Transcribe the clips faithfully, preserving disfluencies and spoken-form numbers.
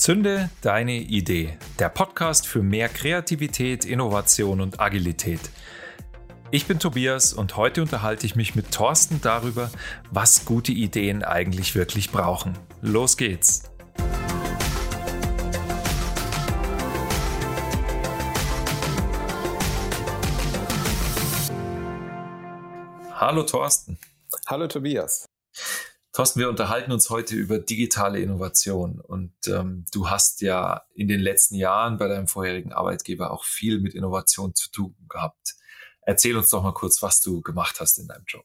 Zünde deine Idee, der Podcast für mehr Kreativität, Innovation und Agilität. Ich bin Tobias und heute unterhalte ich mich mit Thorsten darüber, was gute Ideen eigentlich wirklich brauchen. Los geht's! Hallo Thorsten. Hallo Tobias. Thorsten, wir unterhalten uns heute über digitale Innovation und ähm, du hast ja in den letzten Jahren bei deinem vorherigen Arbeitgeber auch viel mit Innovation zu tun gehabt. Erzähl uns doch mal kurz, was du gemacht hast in deinem Job.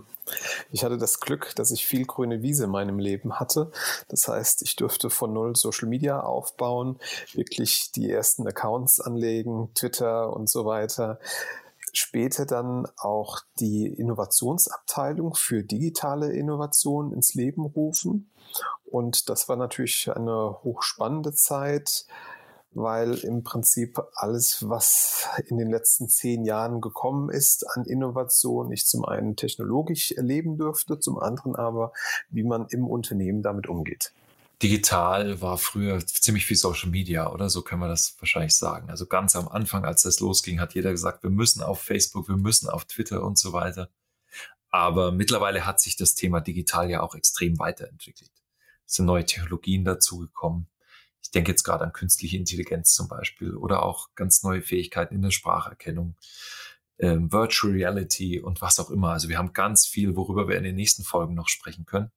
Ich hatte das Glück, dass ich viel grüne Wiese in meinem Leben hatte. Das heißt, ich durfte von null Social Media aufbauen, wirklich die ersten Accounts anlegen, Twitter und so weiter. Später dann auch die Innovationsabteilung für digitale Innovation ins Leben rufen. Und das war natürlich eine hochspannende Zeit, weil im Prinzip alles, was in den letzten zehn Jahren gekommen ist an Innovation, ich zum einen technologisch erleben durfte, zum anderen aber, wie man im Unternehmen damit umgeht. Digital war früher ziemlich viel Social Media, oder? So können wir das wahrscheinlich sagen. Also ganz am Anfang, als das losging, hat jeder gesagt, wir müssen auf Facebook, wir müssen auf Twitter und so weiter. Aber mittlerweile hat sich das Thema digital ja auch extrem weiterentwickelt. Es sind neue Technologien dazugekommen. Ich denke jetzt gerade an künstliche Intelligenz zum Beispiel oder auch ganz neue Fähigkeiten in der Spracherkennung, ähm, Virtual Reality und was auch immer. Also wir haben ganz viel, worüber wir in den nächsten Folgen noch sprechen können.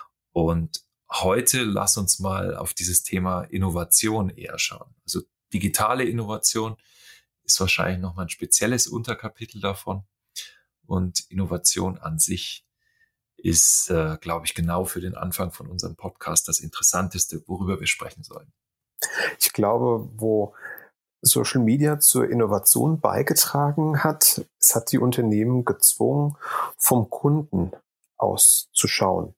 Und heute lass uns mal auf dieses Thema Innovation eher schauen. Also digitale Innovation ist wahrscheinlich nochmal ein spezielles Unterkapitel davon. Und Innovation an sich ist, äh, glaube ich, genau für den Anfang von unserem Podcast das Interessanteste, worüber wir sprechen sollen. Ich glaube, wo Social Media zur Innovation beigetragen hat, es hat die Unternehmen gezwungen, vom Kunden aus zu schauen.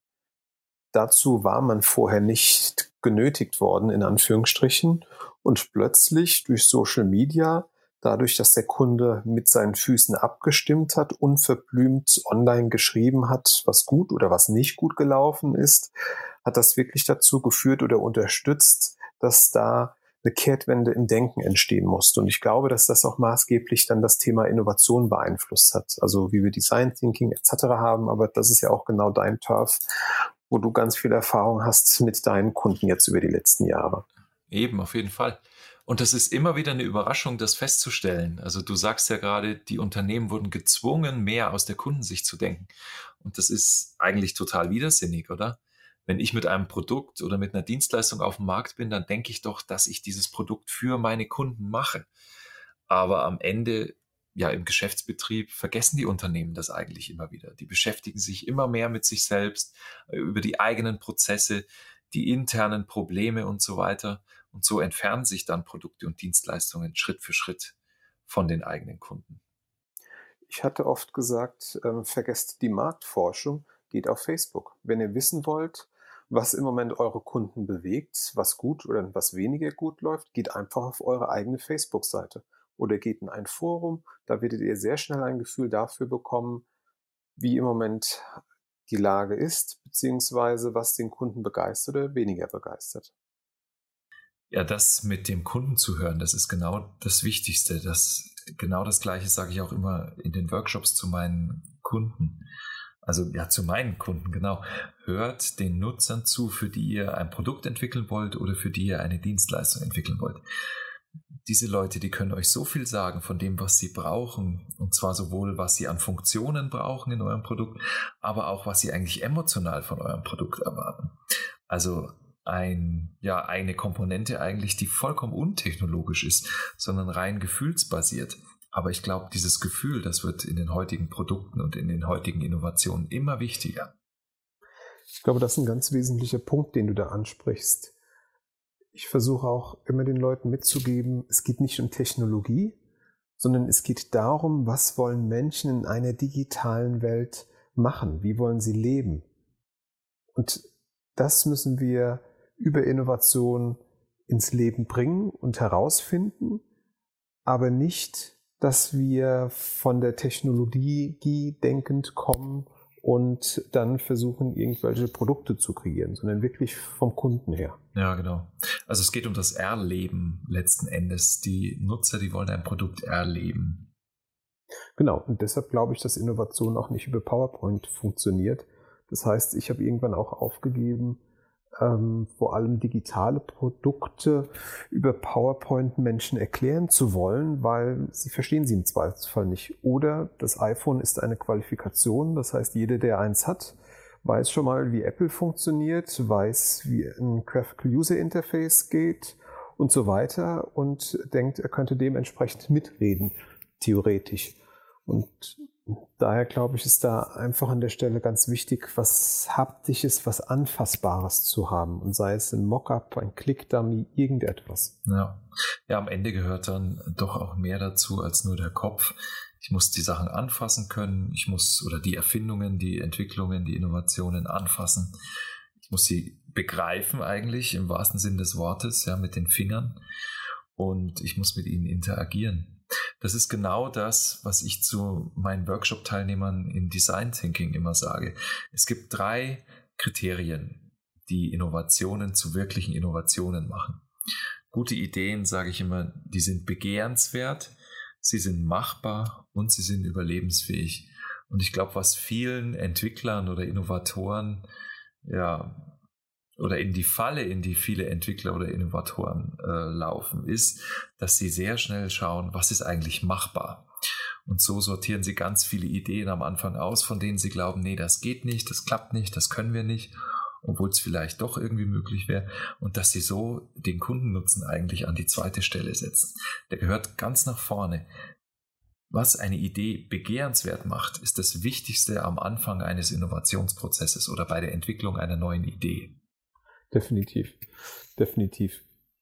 Dazu war man vorher nicht genötigt worden, in Anführungsstrichen. Und plötzlich durch Social Media, dadurch, dass der Kunde mit seinen Füßen abgestimmt hat, unverblümt online geschrieben hat, was gut oder was nicht gut gelaufen ist, hat das wirklich dazu geführt oder unterstützt, dass da eine Kehrtwende im Denken entstehen musste. Und ich glaube, dass das auch maßgeblich dann das Thema Innovation beeinflusst hat. Also wie wir Design Thinking et cetera haben, aber das ist ja auch genau dein Turf, wo du ganz viel Erfahrung hast mit deinen Kunden jetzt über die letzten Jahre. Eben, auf jeden Fall. Und das ist immer wieder eine Überraschung, das festzustellen. Also du sagst ja gerade, die Unternehmen wurden gezwungen, mehr aus der Kundensicht zu denken. Und das ist eigentlich total widersinnig, oder? Wenn ich mit einem Produkt oder mit einer Dienstleistung auf dem Markt bin, dann denke ich doch, dass ich dieses Produkt für meine Kunden mache. Aber am Ende, ja, im Geschäftsbetrieb vergessen die Unternehmen das eigentlich immer wieder. Die beschäftigen sich immer mehr mit sich selbst, über die eigenen Prozesse, die internen Probleme und so weiter. Und so entfernen sich dann Produkte und Dienstleistungen Schritt für Schritt von den eigenen Kunden. Ich hatte oft gesagt, ähm, vergesst die Marktforschung, geht auf Facebook. Wenn ihr wissen wollt, was im Moment eure Kunden bewegt, was gut oder was weniger gut läuft, geht einfach auf eure eigene Facebook-Seite. Oder geht in ein Forum, da werdet ihr sehr schnell ein Gefühl dafür bekommen, wie im Moment die Lage ist, beziehungsweise was den Kunden begeistert oder weniger begeistert. Ja, das mit dem Kunden zu hören, das ist genau das Wichtigste. Das, genau das Gleiche sage ich auch immer in den Workshops zu meinen Kunden. Also ja, zu meinen Kunden, genau. Hört den Nutzern zu, für die ihr ein Produkt entwickeln wollt oder für die ihr eine Dienstleistung entwickeln wollt. Diese Leute, die können euch so viel sagen von dem, was sie brauchen. Und zwar sowohl, was sie an Funktionen brauchen in eurem Produkt, aber auch, was sie eigentlich emotional von eurem Produkt erwarten. Also ein, ja, eine Komponente eigentlich, die vollkommen untechnologisch ist, sondern rein gefühlsbasiert. Aber ich glaube, dieses Gefühl, das wird in den heutigen Produkten und in den heutigen Innovationen immer wichtiger. Ich glaube, das ist ein ganz wesentlicher Punkt, den du da ansprichst. Ich versuche auch immer den Leuten mitzugeben, es geht nicht um Technologie, sondern es geht darum, was wollen Menschen in einer digitalen Welt machen? Wie wollen sie leben? Und das müssen wir über Innovation ins Leben bringen und herausfinden, aber nicht, dass wir von der Technologie denkend kommen und dann versuchen, irgendwelche Produkte zu kreieren, sondern wirklich vom Kunden her. Ja, genau. Also es geht um das Erleben letzten Endes. Die Nutzer, die wollen ein Produkt erleben. Genau, und deshalb glaube ich, dass Innovation auch nicht über PowerPoint funktioniert. Das heißt, ich habe irgendwann auch aufgegeben, ähm, vor allem digitale Produkte über PowerPoint Menschen erklären zu wollen, weil sie verstehen sie im Zweifelsfall nicht. Oder das iPhone ist eine Qualifikation, das heißt, jeder, der eins hat, weiß schon mal, wie Apple funktioniert, weiß, wie ein Graphical User Interface geht und so weiter und denkt, er könnte dementsprechend mitreden, theoretisch. Und daher glaube ich, ist da einfach an der Stelle ganz wichtig, was Haptisches, was Anfassbares zu haben. Und sei es ein Mockup, ein Click-Dummy, irgendetwas. Ja. ja, am Ende gehört dann doch auch mehr dazu als nur der Kopf. Ich muss die Sachen anfassen können. Ich muss, oder die Erfindungen, die Entwicklungen, die Innovationen anfassen. Ich muss sie begreifen eigentlich, im wahrsten Sinn des Wortes, ja, mit den Fingern. Und ich muss mit ihnen interagieren. Das ist genau das, was ich zu meinen Workshop-Teilnehmern in Design Thinking immer sage. Es gibt drei Kriterien, die Innovationen zu wirklichen Innovationen machen. Gute Ideen, sage ich immer, die sind begehrenswert, sie sind machbar und sie sind überlebensfähig. Und ich glaube, was vielen Entwicklern oder Innovatoren ja oder in die Falle, in die viele Entwickler oder Innovatoren äh, laufen, ist, dass sie sehr schnell schauen, was ist eigentlich machbar. Und so sortieren sie ganz viele Ideen am Anfang aus, von denen sie glauben, nee, das geht nicht, das klappt nicht, das können wir nicht, obwohl es vielleicht doch irgendwie möglich wäre. Und dass sie so den Kundennutzen eigentlich an die zweite Stelle setzen. Der gehört ganz nach vorne. Was eine Idee begehrenswert macht, ist das Wichtigste am Anfang eines Innovationsprozesses oder bei der Entwicklung einer neuen Idee. Definitiv, definitiv.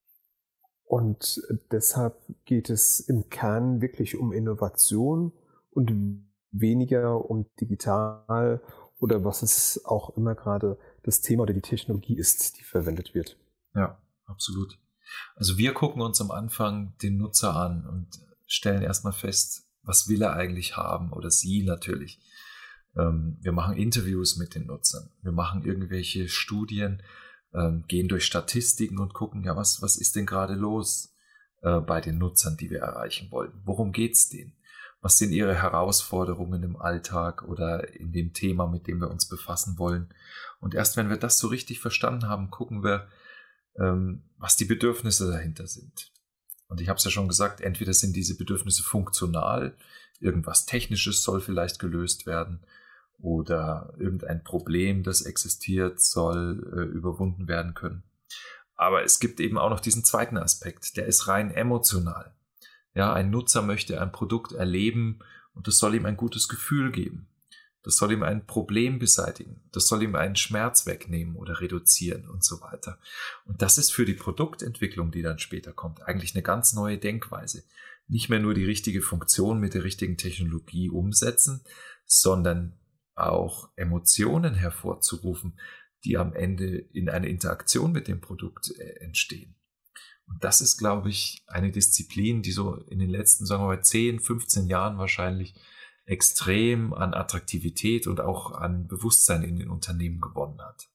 Und deshalb geht es im Kern wirklich um Innovation und weniger um digital oder was es auch immer gerade das Thema oder die Technologie ist, die verwendet wird. Ja, absolut. Also wir gucken uns am Anfang den Nutzer an und stellen erstmal fest, was will er eigentlich haben oder sie natürlich. Wir machen Interviews mit den Nutzern, wir machen irgendwelche Studien, gehen durch Statistiken und gucken, ja, was, was ist denn gerade los äh, bei den Nutzern, die wir erreichen wollen? Worum geht's denen? Was sind ihre Herausforderungen im Alltag oder in dem Thema, mit dem wir uns befassen wollen? Und erst wenn wir das so richtig verstanden haben, gucken wir, ähm, was die Bedürfnisse dahinter sind. Und ich habe es ja schon gesagt, entweder sind diese Bedürfnisse funktional, irgendwas Technisches soll vielleicht gelöst werden, oder irgendein Problem, das existiert, soll äh, überwunden werden können. Aber es gibt eben auch noch diesen zweiten Aspekt, der ist rein emotional. Ja, ein Nutzer möchte ein Produkt erleben und das soll ihm ein gutes Gefühl geben. Das soll ihm ein Problem beseitigen. Das soll ihm einen Schmerz wegnehmen oder reduzieren und so weiter. Und das ist für die Produktentwicklung, die dann später kommt, eigentlich eine ganz neue Denkweise. Nicht mehr nur die richtige Funktion mit der richtigen Technologie umsetzen, sondern auch Emotionen hervorzurufen, die am Ende in einer Interaktion mit dem Produkt äh, entstehen. Und das ist, glaube ich, eine Disziplin, die so in den letzten, sagen wir mal, zehn, fünfzehn Jahren wahrscheinlich extrem an Attraktivität und auch an Bewusstsein in den Unternehmen gewonnen hat.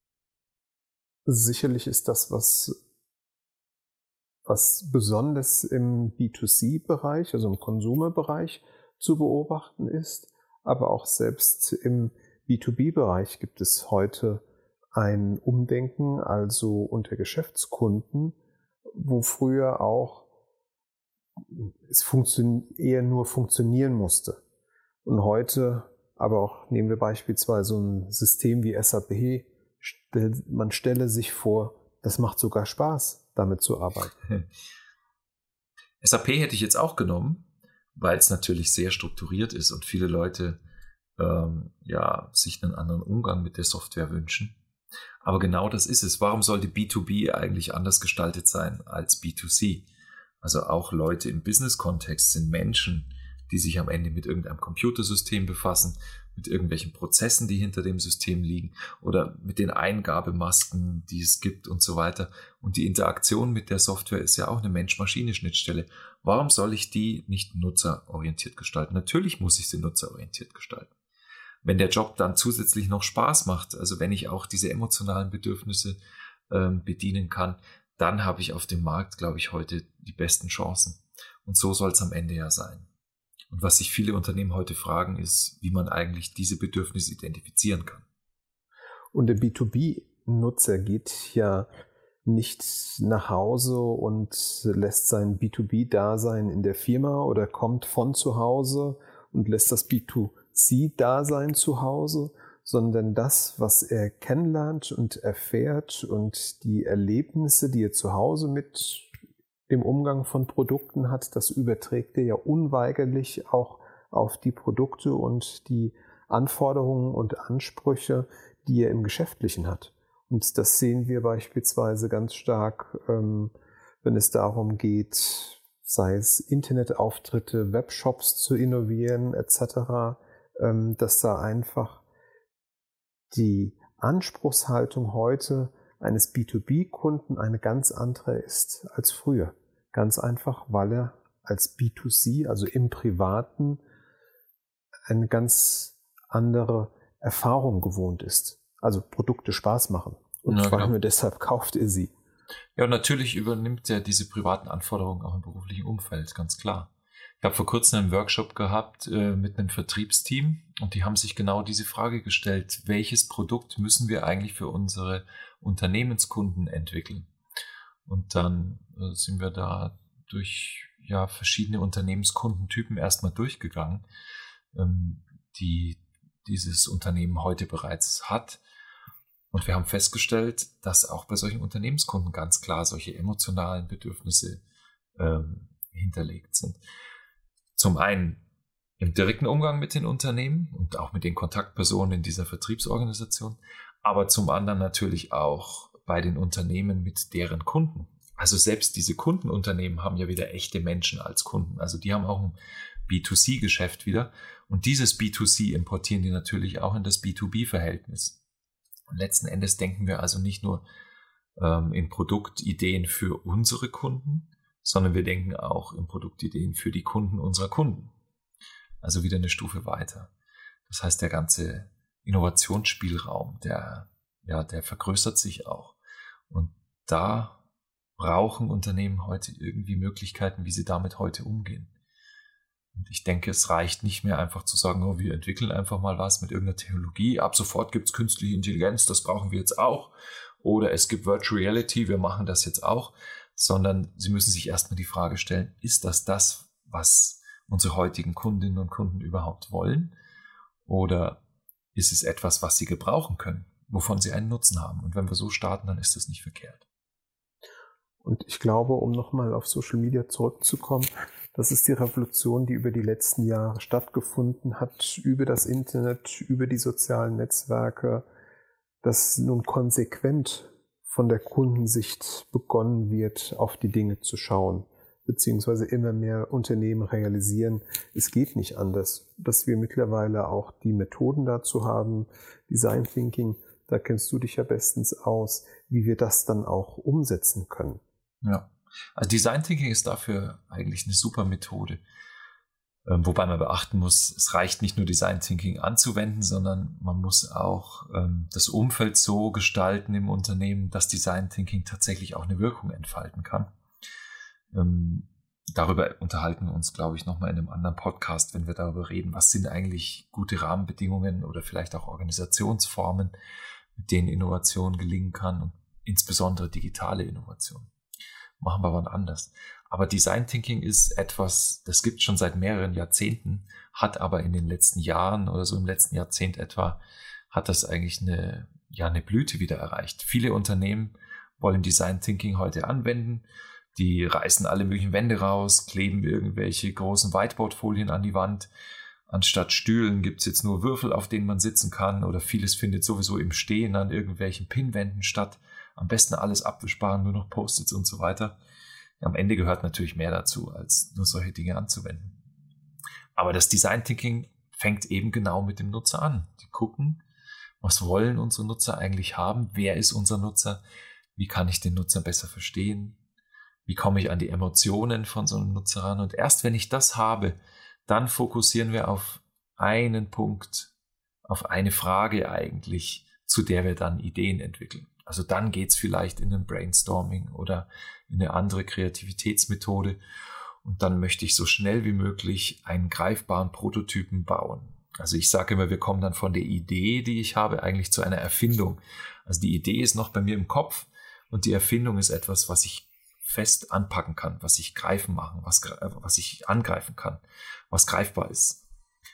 Sicherlich ist das, was, was besonders im B zwei C-Bereich, also im Consumer-Bereich zu beobachten ist. Aber auch selbst im B zwei B-Bereich gibt es heute ein Umdenken, also unter Geschäftskunden, wo früher auch es funktio- eher nur funktionieren musste. Und heute, aber auch nehmen wir beispielsweise so ein System wie S A P, man stelle sich vor, das macht sogar Spaß, damit zu arbeiten. S A P hätte ich jetzt auch genommen, weil es natürlich sehr strukturiert ist und viele Leute ähm, ja, sich einen anderen Umgang mit der Software wünschen. Aber genau das ist es. Warum sollte B zwei B eigentlich anders gestaltet sein als B zwei C? Also auch Leute im Business-Kontext sind Menschen, die sich am Ende mit irgendeinem Computersystem befassen, mit irgendwelchen Prozessen, die hinter dem System liegen oder mit den Eingabemasken, die es gibt und so weiter. Und die Interaktion mit der Software ist ja auch eine Mensch-Maschine-Schnittstelle. Warum soll ich die nicht nutzerorientiert gestalten? Natürlich muss ich sie nutzerorientiert gestalten. wenn der Job dann zusätzlich noch Spaß macht, also wenn ich auch diese emotionalen Bedürfnisse ähm, bedienen kann, dann habe ich auf dem Markt, glaube ich, heute die besten Chancen. Und so soll es am Ende ja sein. Und was sich viele Unternehmen heute fragen, ist, wie man eigentlich diese Bedürfnisse identifizieren kann. Und der B zwei B-Nutzer geht ja nicht nach Hause und lässt sein B zwei B-Dasein in der Firma oder kommt von zu Hause und lässt das B zwei C-Dasein zu Hause, sondern das, was er kennenlernt und erfährt und die Erlebnisse, die er zu Hause mit dem Umgang von Produkten hat, das überträgt er ja unweigerlich auch auf die Produkte und die Anforderungen und Ansprüche, die er im Geschäftlichen hat. Und das sehen wir beispielsweise ganz stark, ähm, wenn es darum geht, sei es Internetauftritte, Webshops zu innovieren et cetera, ähm, dass da einfach die Anspruchshaltung heute eines B zwei B-Kunden eine ganz andere ist als früher. Ganz einfach, weil er als B zwei C, also im Privaten, eine ganz andere Erfahrung gewohnt ist. Also Produkte Spaß machen. Und Ja, vor allem genau. deshalb kauft er sie. Ja, und natürlich übernimmt er diese privaten Anforderungen auch im beruflichen Umfeld, ganz klar. Ich habe vor kurzem einen Workshop gehabt äh, mit einem Vertriebsteam und die haben sich genau diese Frage gestellt, welches Produkt müssen wir eigentlich für unsere Unternehmenskunden entwickeln? Und dann äh, sind wir da durch ja verschiedene Unternehmenskundentypen erstmal durchgegangen, ähm, die dieses Unternehmen heute bereits hat. Und wir haben festgestellt, dass auch bei solchen Unternehmenskunden ganz klar solche emotionalen Bedürfnisse ähm, hinterlegt sind. Zum einen im direkten Umgang mit den Unternehmen und auch mit den Kontaktpersonen in dieser Vertriebsorganisation, aber zum anderen natürlich auch bei den Unternehmen mit deren Kunden. Also selbst diese Kundenunternehmen haben ja wieder echte Menschen als Kunden. Also die haben auch ein B zwei C-Geschäft wieder. Und dieses B zwei C importieren die natürlich auch in das B zwei B-Verhältnis. Und letzten Endes denken wir also nicht nur ähm, in Produktideen für unsere Kunden, sondern wir denken auch in Produktideen für die Kunden unserer Kunden. Also wieder eine Stufe weiter. Das heißt, der ganze Innovationsspielraum, der, ja, der vergrößert sich auch. Und da brauchen Unternehmen heute irgendwie Möglichkeiten, wie sie damit heute umgehen. Und ich denke, es reicht nicht mehr einfach zu sagen, oh, wir entwickeln einfach mal was mit irgendeiner Technologie. Ab sofort gibt es künstliche Intelligenz, das brauchen wir jetzt auch. Oder es gibt Virtual Reality, wir machen das jetzt auch. Sondern sie müssen sich erstmal die Frage stellen, ist das das, was unsere heutigen Kundinnen und Kunden überhaupt wollen? Oder ist es etwas, was sie gebrauchen können, wovon sie einen Nutzen haben? Und wenn wir so starten, dann ist das nicht verkehrt. Und ich glaube, um nochmal auf Social Media zurückzukommen, das ist die Revolution, die über die letzten Jahre stattgefunden hat, über das Internet, über die sozialen Netzwerke, dass nun konsequent von der Kundensicht begonnen wird, auf die Dinge zu schauen, beziehungsweise immer mehr Unternehmen realisieren, es geht nicht anders, dass wir mittlerweile auch die Methoden dazu haben, Design Thinking, da kennst du dich ja bestens aus, wie wir das dann auch umsetzen können. Ja, also Design Thinking ist dafür eigentlich eine super Methode. Wobei man beachten muss, es reicht nicht nur Design Thinking anzuwenden, sondern man muss auch ähm, das Umfeld so gestalten im Unternehmen, dass Design Thinking tatsächlich auch eine Wirkung entfalten kann. Ähm, darüber unterhalten wir uns, glaube ich, nochmal in einem anderen Podcast, wenn wir darüber reden, was sind eigentlich gute Rahmenbedingungen oder vielleicht auch Organisationsformen, mit denen Innovation gelingen kann und insbesondere digitale Innovation. Machen wir wann anders. Aber Design Thinking ist etwas, das gibt es schon seit mehreren Jahrzehnten, hat aber in den letzten Jahren oder so im letzten Jahrzehnt etwa, hat das eigentlich eine, ja, eine Blüte wieder erreicht. Viele Unternehmen wollen Design Thinking heute anwenden. Die reißen alle möglichen Wände raus, kleben irgendwelche großen Whiteboard-Folien an die Wand. Anstatt Stühlen gibt es jetzt nur Würfel, auf denen man sitzen kann, oder vieles findet sowieso im Stehen an irgendwelchen Pinnwänden statt. Am besten alles abwischbar, nur noch Post-its und so weiter. Am Ende gehört natürlich mehr dazu, als nur solche Dinge anzuwenden. Aber das Design Thinking fängt eben genau mit dem Nutzer an. Die gucken, was wollen unsere Nutzer eigentlich haben? Wer ist unser Nutzer? Wie kann ich den Nutzer besser verstehen? Wie komme ich an die Emotionen von so einem Nutzer ran? Und erst wenn ich das habe, dann fokussieren wir auf einen Punkt, auf eine Frage eigentlich, zu der wir dann Ideen entwickeln. Also dann geht's vielleicht in ein Brainstorming oder in eine andere Kreativitätsmethode. Und dann möchte ich so schnell wie möglich einen greifbaren Prototypen bauen. Also ich sage immer, wir kommen dann von der Idee, die ich habe, eigentlich zu einer Erfindung. Also die Idee ist noch bei mir im Kopf und die Erfindung ist etwas, was ich fest anpacken kann, was ich greifen machen, was, was ich angreifen kann, was greifbar ist.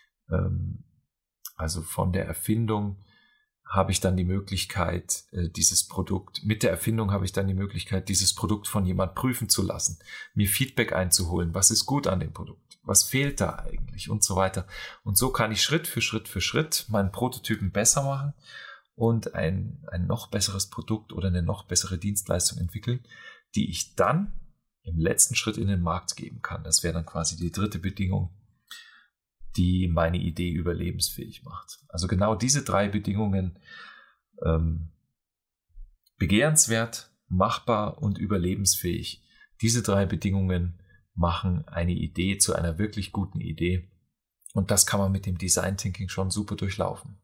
Also von der Erfindung habe ich dann die Möglichkeit, dieses Produkt, mit der Erfindung habe ich dann die Möglichkeit, dieses Produkt von jemand prüfen zu lassen, mir Feedback einzuholen, was ist gut an dem Produkt, was fehlt da eigentlich und so weiter. Und so kann ich Schritt für Schritt für Schritt meinen Prototypen besser machen und ein, ein noch besseres Produkt oder eine noch bessere Dienstleistung entwickeln, die ich dann im letzten Schritt in den Markt geben kann. Das wäre dann quasi die dritte Bedingung, die meine Idee überlebensfähig macht. Also genau diese drei Bedingungen, ähm, begehrenswert, machbar und überlebensfähig, diese drei Bedingungen machen eine Idee zu einer wirklich guten Idee. Und das kann man mit dem Design Thinking schon super durchlaufen.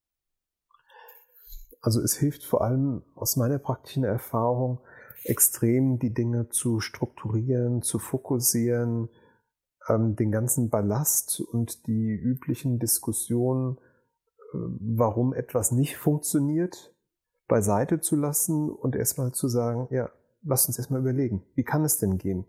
Also es hilft vor allem aus meiner praktischen Erfahrung extrem, die Dinge zu strukturieren, zu fokussieren, den ganzen Ballast und die üblichen Diskussionen, warum etwas nicht funktioniert, beiseite zu lassen und erstmal zu sagen, ja, lass uns erstmal überlegen, wie kann es denn gehen?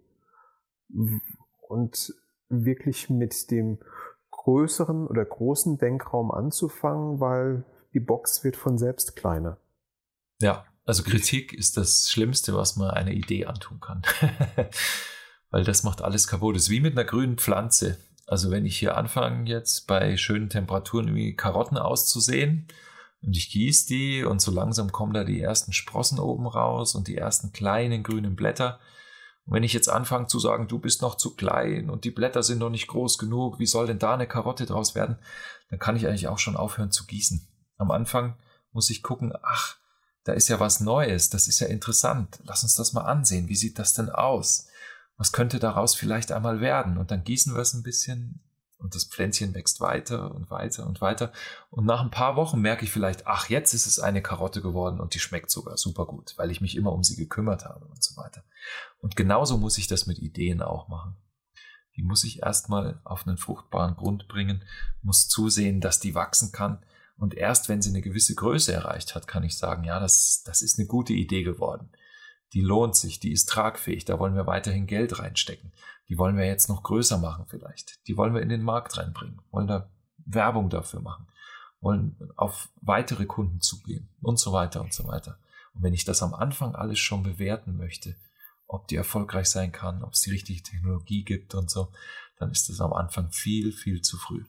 Und wirklich mit dem größeren oder großen Denkraum anzufangen, weil die Box wird von selbst kleiner. Ja, also Kritik ist das Schlimmste, was man einer Idee antun kann. Weil das macht alles kaputt. Das ist wie mit einer grünen Pflanze. Also wenn ich hier anfange jetzt bei schönen Temperaturen irgendwie Karotten auszusehen und ich gieße die und so langsam kommen da die ersten Sprossen oben raus und die ersten kleinen grünen Blätter. Und wenn ich jetzt anfange zu sagen, du bist noch zu klein und die Blätter sind noch nicht groß genug, wie soll denn da eine Karotte draus werden? Dann kann ich eigentlich auch schon aufhören zu gießen. Am Anfang muss ich gucken, ach, da ist ja was Neues, das ist ja interessant. Lass uns das mal ansehen. Wie sieht das denn aus? Was könnte daraus vielleicht einmal werden? Und dann gießen wir es ein bisschen und das Pflänzchen wächst weiter und weiter und weiter. Und nach ein paar Wochen merke ich vielleicht, ach, jetzt ist es eine Karotte geworden und die schmeckt sogar super gut, weil ich mich immer um sie gekümmert habe und so weiter. Und genauso muss ich das mit Ideen auch machen. Die muss ich erstmal auf einen fruchtbaren Grund bringen, muss zusehen, dass die wachsen kann. Und erst wenn sie eine gewisse Größe erreicht hat, kann ich sagen, ja, das, das ist eine gute Idee geworden. Die lohnt sich, die ist tragfähig, da wollen wir weiterhin Geld reinstecken. Die wollen wir jetzt noch größer machen vielleicht. Die wollen wir in den Markt reinbringen, wollen da Werbung dafür machen, wollen auf weitere Kunden zugehen und so weiter und so weiter. Und wenn ich das am Anfang alles schon bewerten möchte, ob die erfolgreich sein kann, ob es die richtige Technologie gibt und so, dann ist das am Anfang viel, viel zu früh.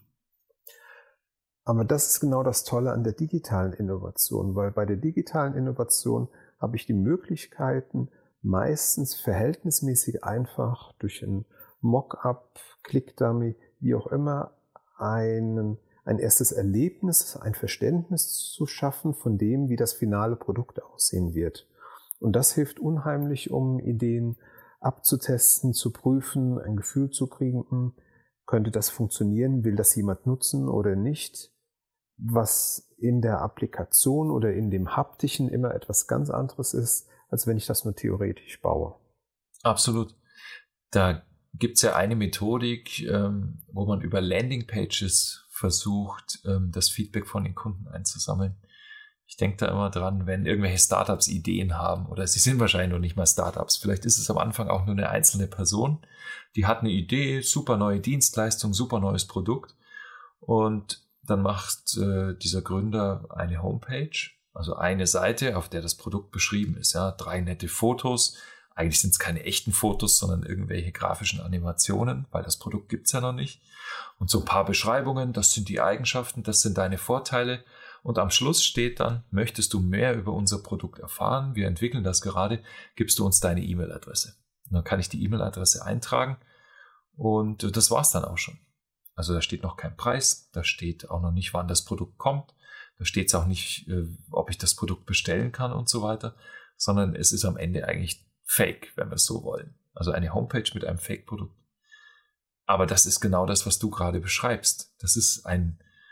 Aber das ist genau das Tolle an der digitalen Innovation, weil bei der digitalen Innovation habe ich die Möglichkeiten, meistens verhältnismäßig einfach durch ein Mockup, Clickdummy, wie auch immer, einen, ein erstes Erlebnis, ein Verständnis zu schaffen von dem, wie das finale Produkt aussehen wird. Und das hilft unheimlich, um Ideen abzutesten, zu prüfen, ein Gefühl zu kriegen, könnte das funktionieren, will das jemand nutzen oder nicht, was in der Applikation oder in dem Haptischen immer etwas ganz anderes ist, als wenn ich das nur theoretisch baue. Absolut. Da gibt es ja eine Methodik, ähm, wo man über Landingpages versucht, ähm, das Feedback von den Kunden einzusammeln. Ich denke da immer dran, wenn irgendwelche Startups Ideen haben, oder sie sind wahrscheinlich noch nicht mal Startups, vielleicht ist es am Anfang auch nur eine einzelne Person, die hat eine Idee, super neue Dienstleistung, super neues Produkt, und dann macht äh, dieser Gründer eine Homepage, also eine Seite, auf der das Produkt beschrieben ist, ja, drei nette Fotos. Eigentlich sind es keine echten Fotos, sondern irgendwelche grafischen Animationen, weil das Produkt gibt's ja noch nicht. Und so ein paar Beschreibungen, das sind die Eigenschaften, das sind deine Vorteile. Und am Schluss steht dann, möchtest du mehr über unser Produkt erfahren? Wir entwickeln das gerade, gibst du uns deine E-Mail-Adresse. Und dann kann ich die E-Mail-Adresse eintragen und das war's dann auch schon. Also da steht noch kein Preis, da steht auch noch nicht, wann das Produkt kommt, da steht es auch nicht, ob ich das Produkt bestellen kann und so weiter, sondern es ist am Ende eigentlich Fake, wenn wir es so wollen. Also eine Homepage mit einem Fake-Produkt. Aber das ist genau das, was du gerade beschreibst. Das ist ein,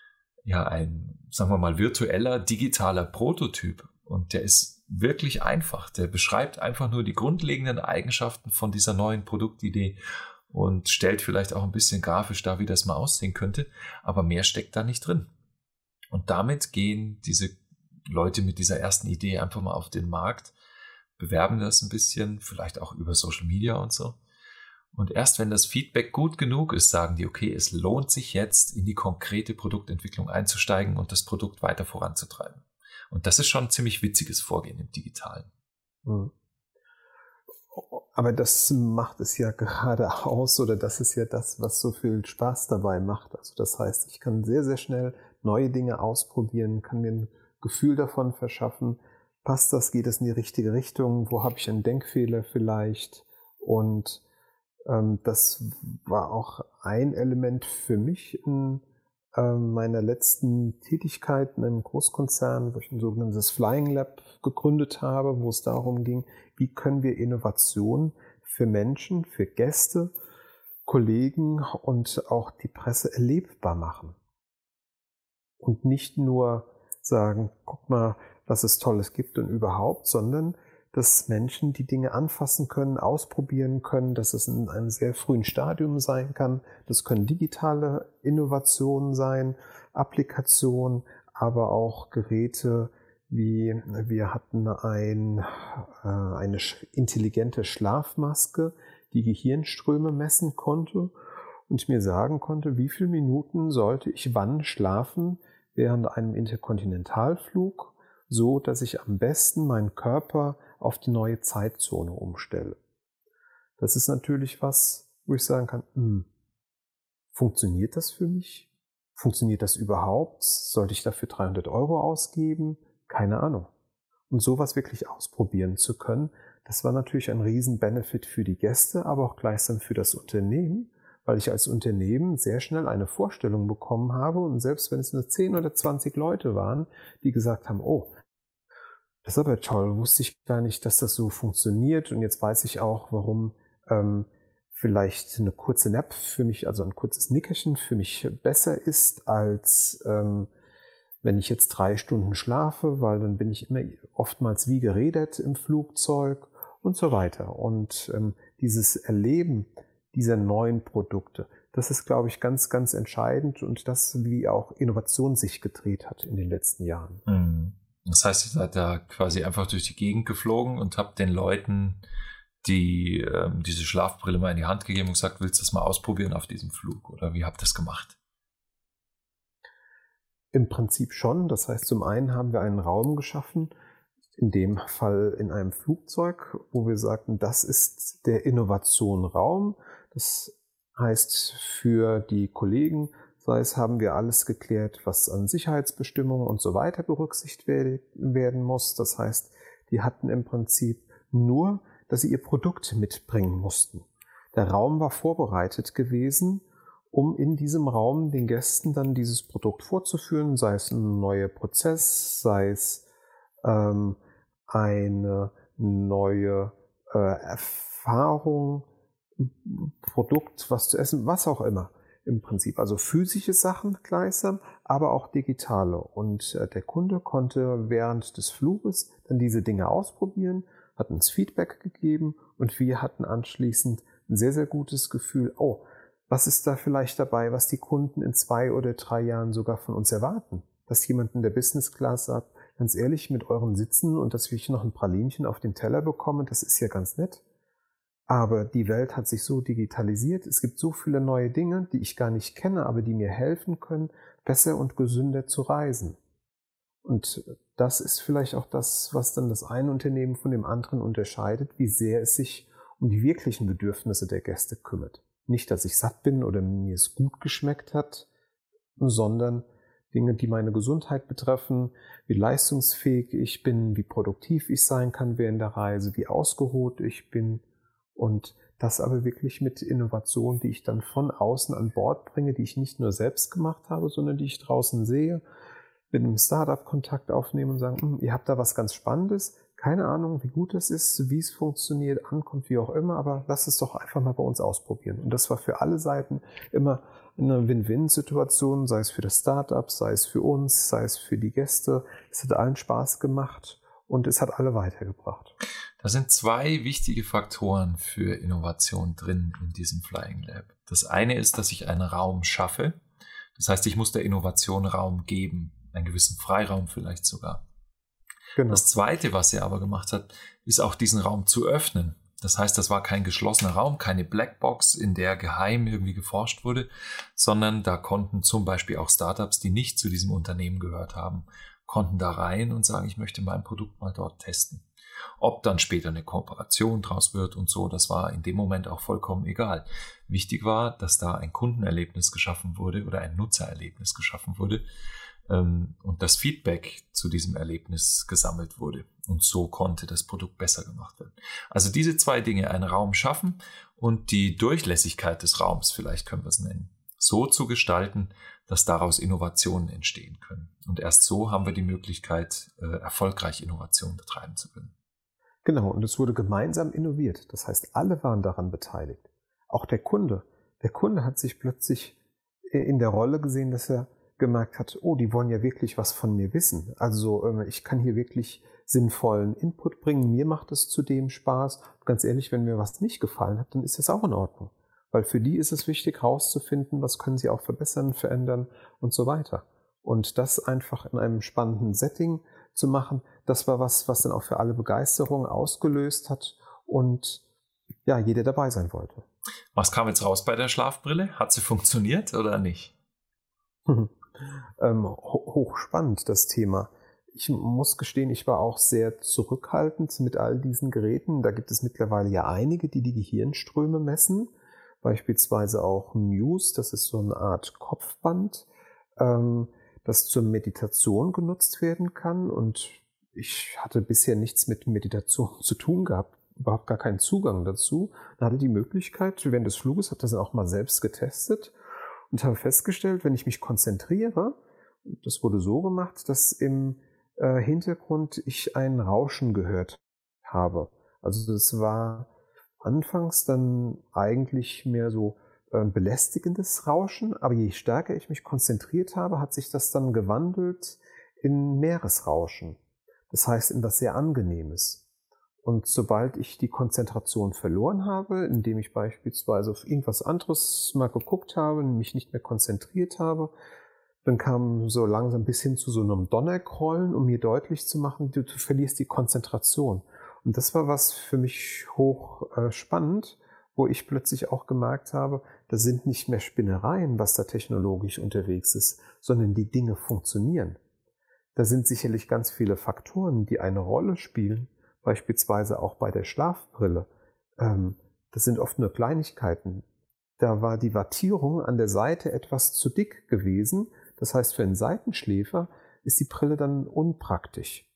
ja, ein, sagen wir mal, virtueller, digitaler Prototyp. Und der ist wirklich einfach. Der beschreibt einfach nur die grundlegenden Eigenschaften von dieser neuen Produktidee und stellt vielleicht auch ein bisschen grafisch dar, wie das mal aussehen könnte. Aber mehr steckt da nicht drin. Und damit gehen diese Leute mit dieser ersten Idee einfach mal auf den Markt, bewerben das ein bisschen, vielleicht auch über Social Media und so. Und erst wenn das Feedback gut genug ist, sagen die, okay, es lohnt sich jetzt, in die konkrete Produktentwicklung einzusteigen und das Produkt weiter voranzutreiben. Und das ist schon ein ziemlich witziges Vorgehen im Digitalen. Aber das macht es ja gerade aus, oder das ist ja das, was so viel Spaß dabei macht. Also das heißt, ich kann sehr, sehr schnell neue Dinge ausprobieren, kann mir ein Gefühl davon verschaffen, passt das, geht es in die richtige Richtung, wo habe ich einen Denkfehler vielleicht? Und ähm, das war auch ein Element für mich in ähm, meiner letzten Tätigkeit in einem Großkonzern, wo ich ein sogenanntes Flying Lab gegründet habe, wo es darum ging, wie können wir Innovation für Menschen, für Gäste, Kollegen und auch die Presse erlebbar machen. Und nicht nur sagen, guck mal, was es Tolles gibt und überhaupt, sondern dass Menschen die Dinge anfassen können, ausprobieren können, dass es in einem sehr frühen Stadium sein kann. Das können digitale Innovationen sein, Applikationen, aber auch Geräte wie, wir hatten ein, eine intelligente Schlafmaske, die Gehirnströme messen konnte und mir sagen konnte, wie viele Minuten sollte ich wann schlafen während einem Interkontinentalflug, so dass ich am besten meinen Körper auf die neue Zeitzone umstelle. Das ist natürlich was, wo ich sagen kann, hm, funktioniert das für mich? Funktioniert das überhaupt? Sollte ich dafür dreihundert Euro ausgeben? Keine Ahnung. Und sowas wirklich ausprobieren zu können, das war natürlich ein Riesen-Benefit für die Gäste, aber auch gleichsam für das Unternehmen, weil ich als Unternehmen sehr schnell eine Vorstellung bekommen habe und selbst wenn es nur zehn oder zwanzig Leute waren, die gesagt haben, oh, das ist aber toll, wusste ich gar nicht, dass das so funktioniert und jetzt weiß ich auch, warum ähm, vielleicht eine kurze Nap für mich, also ein kurzes Nickerchen für mich besser ist, als ähm, wenn ich jetzt drei Stunden schlafe, weil dann bin ich immer oftmals wie geredet im Flugzeug und so weiter. Und ähm, dieses Erleben dieser neuen Produkte, das ist, glaube ich, ganz, ganz entscheidend und das, wie auch Innovation sich gedreht hat in den letzten Jahren. Mhm. Das heißt, ihr seid da quasi einfach durch die Gegend geflogen und habt den Leuten die ähm, diese Schlafbrille mal in die Hand gegeben und gesagt, willst du das mal ausprobieren auf diesem Flug? Oder wie habt ihr das gemacht? Im Prinzip schon. Das heißt, zum einen haben wir einen Raum geschaffen, in dem Fall in einem Flugzeug, wo wir sagten, das ist der Innovation-Raum. Das heißt, für die Kollegen, sei es, haben wir alles geklärt, was an Sicherheitsbestimmungen und so weiter berücksichtigt werden muss. Das heißt, die hatten im Prinzip nur, dass sie ihr Produkt mitbringen mussten. Der Raum war vorbereitet gewesen, um in diesem Raum den Gästen dann dieses Produkt vorzuführen, sei es ein neuer Prozess, sei es ähm, eine neue äh, Erfahrung, Produkt, was zu essen, was auch immer im Prinzip. Also physische Sachen gleichsam, aber auch digitale. Und äh, der Kunde konnte während des Fluges dann diese Dinge ausprobieren, hat uns Feedback gegeben und wir hatten anschließend ein sehr, sehr gutes Gefühl, oh, was ist da vielleicht dabei, was die Kunden in zwei oder drei Jahren sogar von uns erwarten? Dass jemand in der Business Class sagt, ganz ehrlich, mit euren Sitzen und dass ich noch ein Pralinchen auf den Teller bekomme, das ist ja ganz nett. Aber die Welt hat sich so digitalisiert, es gibt so viele neue Dinge, die ich gar nicht kenne, aber die mir helfen können, besser und gesünder zu reisen. Und das ist vielleicht auch das, was dann das eine Unternehmen von dem anderen unterscheidet, wie sehr es sich um die wirklichen Bedürfnisse der Gäste kümmert. Nicht, dass ich satt bin oder mir es gut geschmeckt hat, sondern Dinge, die meine Gesundheit betreffen, wie leistungsfähig ich bin, wie produktiv ich sein kann während der Reise, wie ausgeruht ich bin. Und das aber wirklich mit Innovation, die ich dann von außen an Bord bringe, die ich nicht nur selbst gemacht habe, sondern die ich draußen sehe, mit einem Startup Kontakt aufnehme und sagen, ihr habt da was ganz Spannendes, Keine Ahnung, wie gut es ist, wie es funktioniert, ankommt, wie auch immer, aber lass es doch einfach mal bei uns ausprobieren. Und das war für alle Seiten immer eine Win-Win-Situation, sei es für das Startup, sei es für uns, sei es für die Gäste. Es hat allen Spaß gemacht und es hat alle weitergebracht. Da sind zwei wichtige Faktoren für Innovation drin in diesem Flying Lab. Das eine ist, dass ich einen Raum schaffe. Das heißt, ich muss der Innovation Raum geben, einen gewissen Freiraum vielleicht sogar. Genau. Das Zweite, was er aber gemacht hat, ist auch diesen Raum zu öffnen. Das heißt, das war kein geschlossener Raum, keine Blackbox, in der geheim irgendwie geforscht wurde, sondern da konnten zum Beispiel auch Startups, die nicht zu diesem Unternehmen gehört haben, konnten da rein und sagen, ich möchte mein Produkt mal dort testen. Ob dann später eine Kooperation draus wird und so, das war in dem Moment auch vollkommen egal. Wichtig war, dass da ein Kundenerlebnis geschaffen wurde oder ein Nutzererlebnis geschaffen wurde, und das Feedback zu diesem Erlebnis gesammelt wurde. Und so konnte das Produkt besser gemacht werden. Also diese zwei Dinge, einen Raum schaffen und die Durchlässigkeit des Raums, vielleicht können wir es nennen, so zu gestalten, dass daraus Innovationen entstehen können. Und erst so haben wir die Möglichkeit, erfolgreich Innovation betreiben zu können. Genau, und es wurde gemeinsam innoviert. Das heißt, alle waren daran beteiligt. Auch der Kunde. Der Kunde hat sich plötzlich in der Rolle gesehen, dass er gemerkt hat, oh, die wollen ja wirklich was von mir wissen. Also ich kann hier wirklich sinnvollen Input bringen. Mir macht es zudem Spaß. Ganz ehrlich, wenn mir was nicht gefallen hat, dann ist das auch in Ordnung. Weil für die ist es wichtig, herauszufinden, was können sie auch verbessern, verändern und so weiter. Und das einfach in einem spannenden Setting zu machen, das war was, was dann auch für alle Begeisterung ausgelöst hat und ja, jeder dabei sein wollte. Was kam jetzt raus bei der Schlafbrille? Hat sie funktioniert oder nicht? Ähm, hochspannend, das Thema. Ich muss gestehen, ich war auch sehr zurückhaltend mit all diesen Geräten. Da gibt es mittlerweile ja einige, die die Gehirnströme messen. Beispielsweise auch Muse, das ist so eine Art Kopfband, ähm, das zur Meditation genutzt werden kann. Und ich hatte bisher nichts mit Meditation zu tun gehabt, überhaupt gar keinen Zugang dazu. Da hatte die Möglichkeit, während des Fluges, habe das auch mal selbst getestet und habe festgestellt, wenn ich mich konzentriere, das wurde so gemacht, dass im äh, Hintergrund ich ein Rauschen gehört habe. Also das war anfangs dann eigentlich mehr so äh, belästigendes Rauschen, aber je stärker ich mich konzentriert habe, hat sich das dann gewandelt in Meeresrauschen. Das heißt, in was sehr Angenehmes. Und sobald ich die Konzentration verloren habe, indem ich beispielsweise auf irgendwas anderes mal geguckt habe, mich nicht mehr konzentriert habe, dann kam so langsam bis hin zu so einem Donnergrollen, um mir deutlich zu machen, du, du verlierst die Konzentration. Und das war was für mich hoch äh, spannend, wo ich plötzlich auch gemerkt habe, da sind nicht mehr Spinnereien, was da technologisch unterwegs ist, sondern die Dinge funktionieren. Da sind sicherlich ganz viele Faktoren, die eine Rolle spielen, beispielsweise auch bei der Schlafbrille. Ähm, das sind oft nur Kleinigkeiten. Da war die Wattierung an der Seite etwas zu dick gewesen. Das heißt, für einen Seitenschläfer ist die Brille dann unpraktisch.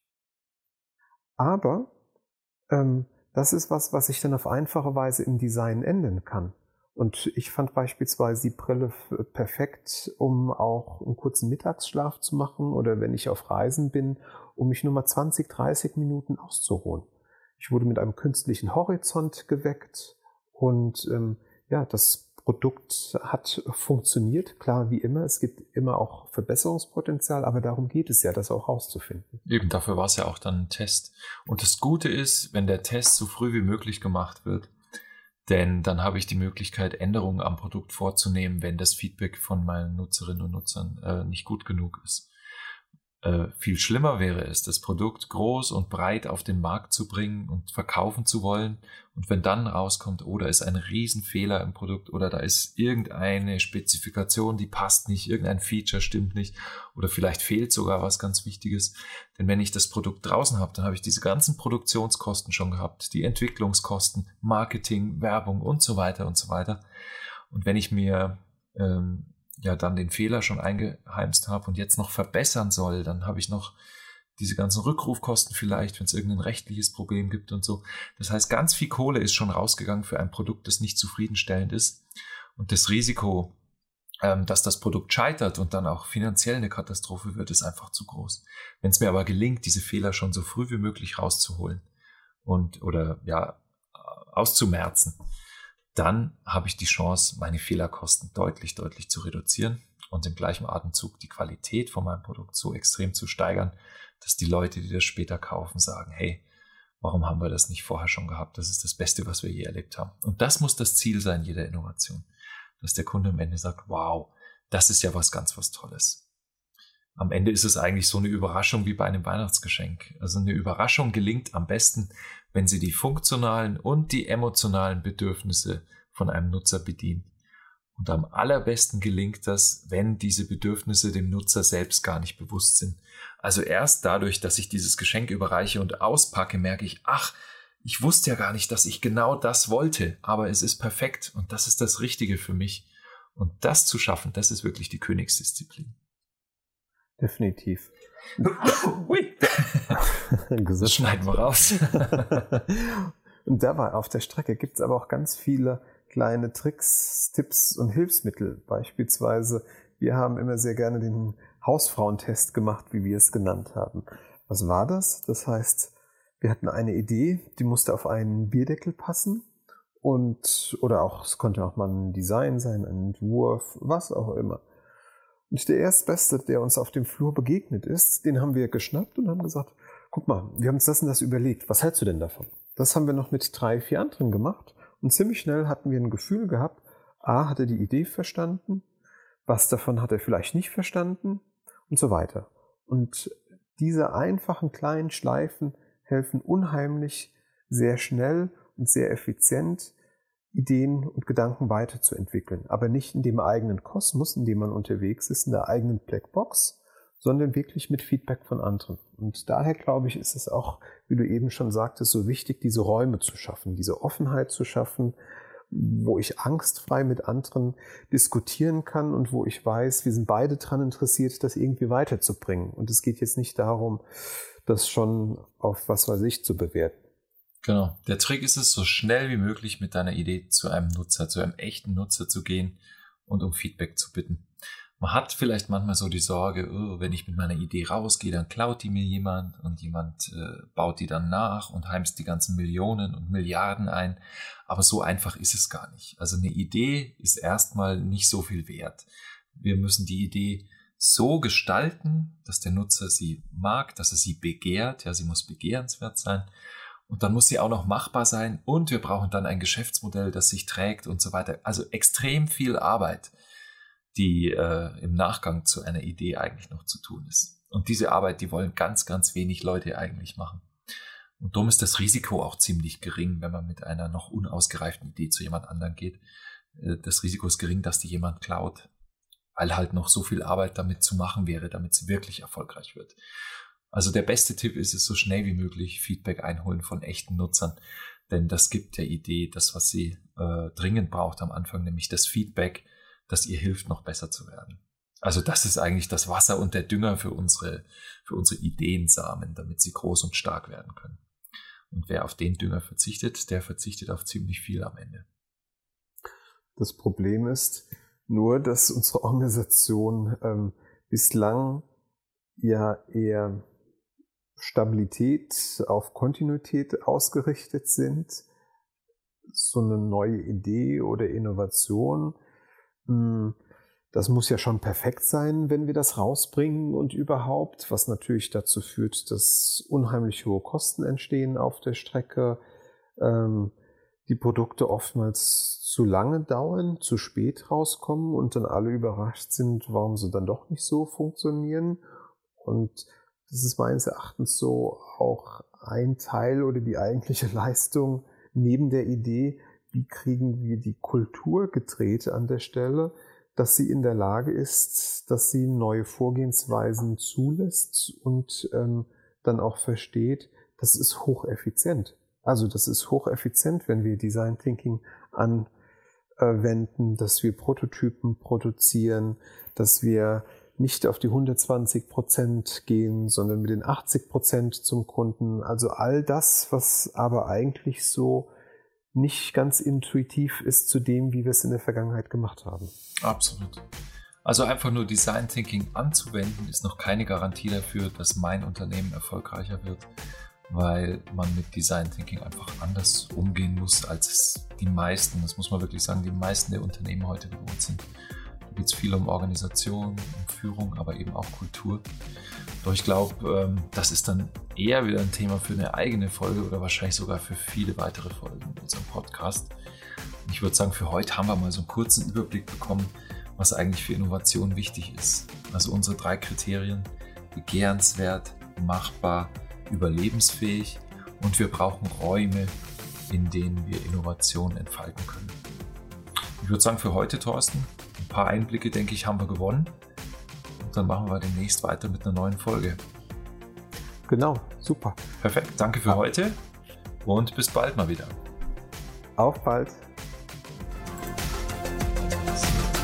Aber ähm, das ist was, was ich dann auf einfache Weise im Design ändern kann. Und ich fand beispielsweise die Brille perfekt, um auch einen kurzen Mittagsschlaf zu machen oder wenn ich auf Reisen bin, um mich nur mal zwanzig, dreißig Minuten auszuruhen. Ich wurde mit einem künstlichen Horizont geweckt und ähm, ja, das Produkt hat funktioniert. Klar, wie immer, es gibt immer auch Verbesserungspotenzial, aber darum geht es ja, das auch rauszufinden. Eben, dafür war es ja auch dann ein Test. Und das Gute ist, wenn der Test so früh wie möglich gemacht wird, denn dann habe ich die Möglichkeit, Änderungen am Produkt vorzunehmen, wenn das Feedback von meinen Nutzerinnen und Nutzern äh, nicht gut genug ist. Äh, viel schlimmer wäre es, das Produkt groß und breit auf den Markt zu bringen und verkaufen zu wollen. Und wenn dann rauskommt, oh, da ist ein Riesenfehler im Produkt oder da ist irgendeine Spezifikation, die passt nicht, irgendein Feature stimmt nicht oder vielleicht fehlt sogar was ganz Wichtiges. Denn wenn ich das Produkt draußen habe, dann habe ich diese ganzen Produktionskosten schon gehabt, die Entwicklungskosten, Marketing, Werbung und so weiter und so weiter. Und wenn ich mir ähm, ja dann den Fehler schon eingeheimst habe und jetzt noch verbessern soll, dann habe ich noch diese ganzen Rückrufkosten vielleicht, wenn es irgendein rechtliches Problem gibt und so. Das heißt, ganz viel Kohle ist schon rausgegangen für ein Produkt, das nicht zufriedenstellend ist. Und das Risiko ähm, dass das Produkt scheitert und dann auch finanziell eine Katastrophe wird, ist einfach zu groß. Wenn es mir aber gelingt, diese Fehler schon so früh wie möglich rauszuholen und oder ja auszumerzen, dann habe ich die Chance, meine Fehlerkosten deutlich, deutlich zu reduzieren und im gleichen Atemzug die Qualität von meinem Produkt so extrem zu steigern, dass die Leute, die das später kaufen, sagen, hey, warum haben wir das nicht vorher schon gehabt? Das ist das Beste, was wir je erlebt haben. Und das muss das Ziel sein jeder Innovation, dass der Kunde am Ende sagt, wow, das ist ja was ganz was Tolles. Am Ende ist es eigentlich so eine Überraschung wie bei einem Weihnachtsgeschenk. Also eine Überraschung gelingt am besten, wenn sie die funktionalen und die emotionalen Bedürfnisse von einem Nutzer bedient. Und am allerbesten gelingt das, wenn diese Bedürfnisse dem Nutzer selbst gar nicht bewusst sind. Also erst dadurch, dass ich dieses Geschenk überreiche und auspacke, merke ich, ach, ich wusste ja gar nicht, dass ich genau das wollte, aber es ist perfekt und das ist das Richtige für mich. Und das zu schaffen, das ist wirklich die Königsdisziplin. Definitiv. Ui. Das schneiden wir raus. Und dabei auf der Strecke gibt es aber auch ganz viele kleine Tricks, Tipps und Hilfsmittel. Beispielsweise, wir haben immer sehr gerne den Hausfrauentest gemacht, wie wir es genannt haben. Was war das? Das heißt, wir hatten eine Idee, die musste auf einen Bierdeckel passen und oder auch, es konnte auch mal ein Design sein, ein Entwurf, was auch immer. Und der Erstbeste, der uns auf dem Flur begegnet ist, den haben wir geschnappt und haben gesagt, guck mal, wir haben uns das und das überlegt, was hältst du denn davon? Das haben wir noch mit drei, vier anderen gemacht und ziemlich schnell hatten wir ein Gefühl gehabt, A, hat er die Idee verstanden, was davon hat er vielleicht nicht verstanden und so weiter. Und diese einfachen kleinen Schleifen helfen unheimlich sehr schnell und sehr effizient, Ideen und Gedanken weiterzuentwickeln. Aber nicht in dem eigenen Kosmos, in dem man unterwegs ist, in der eigenen Blackbox, sondern wirklich mit Feedback von anderen. Und daher, glaube ich, ist es auch, wie du eben schon sagtest, so wichtig, diese Räume zu schaffen, diese Offenheit zu schaffen, wo ich angstfrei mit anderen diskutieren kann und wo ich weiß, wir sind beide daran interessiert, das irgendwie weiterzubringen. Und es geht jetzt nicht darum, das schon auf was weiß ich zu bewerten. Genau. Der Trick ist es, so schnell wie möglich mit deiner Idee zu einem Nutzer, zu einem echten Nutzer zu gehen und um Feedback zu bitten. Man hat vielleicht manchmal so die Sorge, oh, wenn ich mit meiner Idee rausgehe, dann klaut die mir jemand und jemand äh, baut die dann nach und heimst die ganzen Millionen und Milliarden ein. Aber so einfach ist es gar nicht. Also eine Idee ist erstmal nicht so viel wert. Wir müssen die Idee so gestalten, dass der Nutzer sie mag, dass er sie begehrt. Ja, sie muss begehrenswert sein. Und dann muss sie auch noch machbar sein und wir brauchen dann ein Geschäftsmodell, das sich trägt und so weiter. Also extrem viel Arbeit, die äh, im Nachgang zu einer Idee eigentlich noch zu tun ist. Und diese Arbeit, die wollen ganz, ganz wenig Leute eigentlich machen. Und darum ist das Risiko auch ziemlich gering, wenn man mit einer noch unausgereiften Idee zu jemand anderem geht. Äh, das Risiko ist gering, dass die jemand klaut, weil halt noch so viel Arbeit damit zu machen wäre, damit sie wirklich erfolgreich wird. Also der beste Tipp ist es, so schnell wie möglich Feedback einholen von echten Nutzern, denn das gibt der Idee das, was sie äh, dringend braucht am Anfang, nämlich das Feedback, das ihr hilft, noch besser zu werden. Also das ist eigentlich das Wasser und der Dünger für unsere, für unsere Ideensamen, damit sie groß und stark werden können. Und wer auf den Dünger verzichtet, der verzichtet auf ziemlich viel am Ende. Das Problem ist nur, dass unsere Organisation ähm, bislang ja eher Stabilität auf Kontinuität ausgerichtet sind, so eine neue Idee oder Innovation, das muss ja schon perfekt sein, wenn wir das rausbringen und überhaupt, was natürlich dazu führt, dass unheimlich hohe Kosten entstehen auf der Strecke, die Produkte oftmals zu lange dauern, zu spät rauskommen und dann alle überrascht sind, warum sie dann doch nicht so funktionieren. Und das ist meines Erachtens so auch ein Teil oder die eigentliche Leistung neben der Idee, wie kriegen wir die Kultur gedreht an der Stelle, dass sie in der Lage ist, dass sie neue Vorgehensweisen zulässt und ähm, dann auch versteht, das ist hocheffizient. Also das ist hocheffizient, wenn wir Design Thinking anwenden, dass wir Prototypen produzieren, dass wir nicht auf die hundertzwanzig Prozent gehen, sondern mit den achtzig Prozent zum Kunden. Also all das, was aber eigentlich so nicht ganz intuitiv ist zu dem, wie wir es in der Vergangenheit gemacht haben. Absolut. Also einfach nur Design Thinking anzuwenden, ist noch keine Garantie dafür, dass mein Unternehmen erfolgreicher wird, weil man mit Design Thinking einfach anders umgehen muss, als es die meisten, das muss man wirklich sagen, die meisten der Unternehmen heute gewohnt sind. Da geht es viel um Organisation, um Führung, aber eben auch Kultur. Doch ich glaube, das ist dann eher wieder ein Thema für eine eigene Folge oder wahrscheinlich sogar für viele weitere Folgen in unserem Podcast. Ich würde sagen, für heute haben wir mal so einen kurzen Überblick bekommen, was eigentlich für Innovation wichtig ist. Also unsere drei Kriterien: begehrenswert, machbar, überlebensfähig, und wir brauchen Räume, in denen wir Innovation entfalten können. Ich würde sagen, für heute, Thorsten, ein paar Einblicke, denke ich, haben wir gewonnen. Und dann machen wir demnächst weiter mit einer neuen Folge. Genau, super. Perfekt, danke für ja. heute und bis bald mal wieder. Auf bald.